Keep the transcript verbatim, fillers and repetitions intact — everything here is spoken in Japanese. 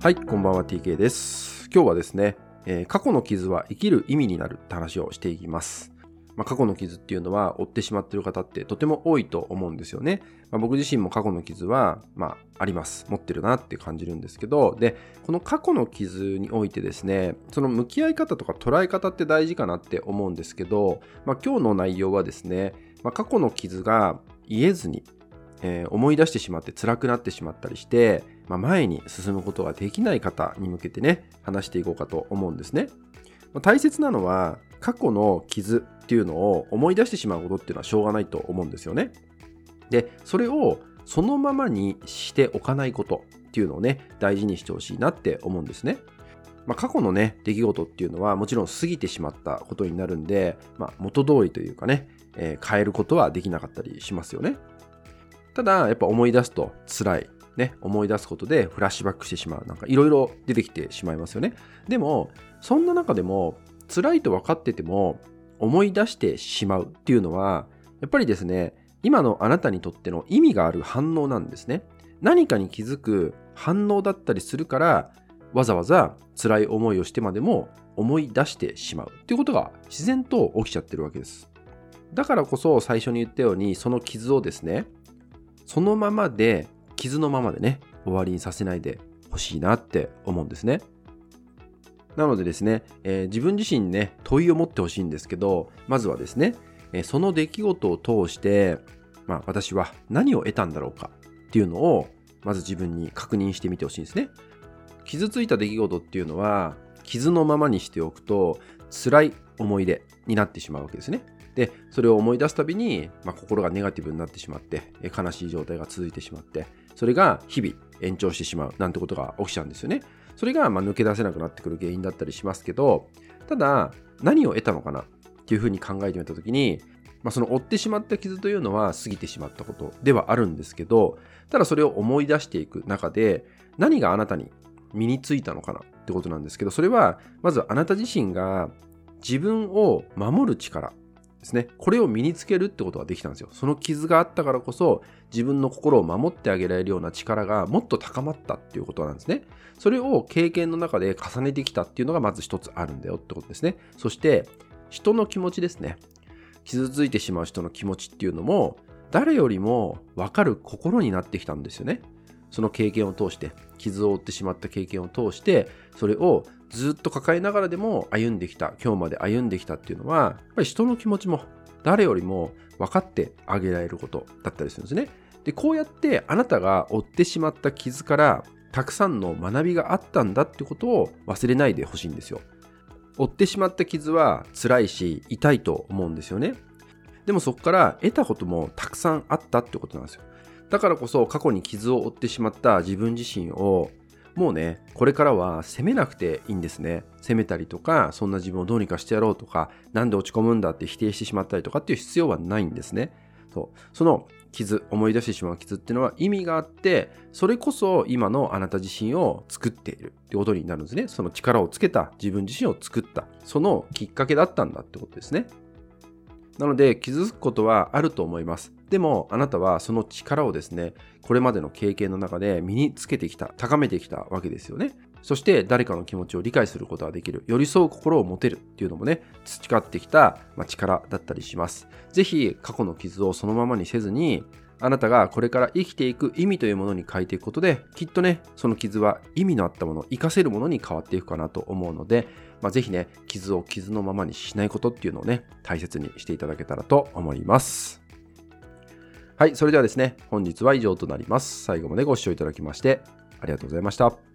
はい、こんばんは ティーケー です。今日はですね、えー過去の傷は生きる意味になるって話をしていきます。まあ、過去の傷っていうのは負ってしまっている方ってとても多いと思うんですよね。まあ、僕自身も過去の傷は、まあ、あります。持ってるなって感じるんですけど、で、この過去の傷においてですね、その向き合い方とか捉え方って大事かなって思うんですけど、まあ、今日の内容はですね、まあ、過去の傷が癒えずにえー思い出してしまって辛くなってしまったりして、まあ、前に進むことができない方に向けてね、話していこうかと思うんですね。まあ大切なのは、過去の傷っていうのを思い出してしまうことっていうのはしょうがないと思うんですよね。で、それをそのままにしておかないことっていうのをね、大事にしてほしいなって思うんですね。まあ、過去のね、出来事っていうのはもちろん過ぎてしまったことになるんで、まあ、元通りというかね、えー変えることはできなかったりしますよね。ただ、やっぱ思い出すと辛い。ね、思い出すことでフラッシュバックしてしまう。なんかいろいろ出てきてしまいますよね。でも、そんな中でも辛いと分かってても思い出してしまうっていうのは、やっぱりですね、今のあなたにとっての意味がある反応なんですね。何かに気づく反応だったりするから、わざわざ辛い思いをしてまでも思い出してしまうっていうことが自然と起きちゃってるわけです。だからこそ最初に言ったように、その傷をですね、そのままで、傷のままでね、終わりにさせないでほしいなって思うんですね。なのでですね、えー自分自身にね、問いを持ってほしいんですけど、まずはですね、えーその出来事を通して、まあ私は何を得たんだろうかっていうのを、まず自分に確認してみてほしいんですね。傷ついた出来事っていうのは、傷のままにしておくと、辛い思い出になってしまうわけですね。で、それを思い出すたびに、まあ、心がネガティブになってしまって、え悲しい状態が続いてしまって、それが日々延長してしまうなんてことが起きちゃうんですよね。それがまあ抜け出せなくなってくる原因だったりしますけど、ただ、何を得たのかなっていうふうに考えてみたときに、まあ、その負ってしまった傷というのは過ぎてしまったことではあるんですけど、ただそれを思い出していく中で、何があなたに身についたのかなってことなんですけど、それはまずあなた自身が自分を守る力ですね。これを身につけるってことができたんですよ。その傷があったからこそ自分の心を守ってあげられるような力がもっと高まったっていうことなんですね。それを経験の中で重ねてきたっていうのがまず一つあるんだよってことですね。そして人の気持ちですね。傷ついてしまう人の気持ちっていうのも誰よりも分かる心になってきたんですよね。その経験を通して、傷を負ってしまった経験を通して、それをずっと抱えながらでも歩んできた、今日まで歩んできたっていうのは、やっぱり人の気持ちも誰よりも分かってあげられることだったりするんですね。で、こうやってあなたが負ってしまった傷からたくさんの学びがあったんだってことを忘れないでほしいんですよ。負ってしまった傷は辛いし痛いと思うんですよね。でもそこから得たこともたくさんあったってことなんですよ。だからこそ過去に傷を負ってしまった自分自身をもうね、これからは責めなくていいんですね。責めたりとか、そんな自分をどうにかしてやろうとか、なんで落ち込むんだって否定してしまったりとかっていう必要はないんですね。そう。その傷、思い出してしまう傷っていうのは意味があって、それこそ今のあなた自身を作っているってことになるんですね。その力をつけた自分自身を作った、そのきっかけだったんだってことですね。なので傷つくことはあると思います。でもあなたはその力をですね、これまでの経験の中で身につけてきた、高めてきたわけですよね。そして誰かの気持ちを理解することができる、寄り添う心を持てるっていうのもね、培ってきた、まあ、力だったりします。ぜひ過去の傷をそのままにせずに、あなたがこれから生きていく意味というものに変えていくことで、きっとね、その傷は意味のあったもの、活かせるものに変わっていくかなと思うので、まあ、ぜひね、傷を傷のままにしないことっていうのをね、大切にしていただけたらと思います。はい、それではですね、本日は以上となります。最後までご視聴いただきましてありがとうございました。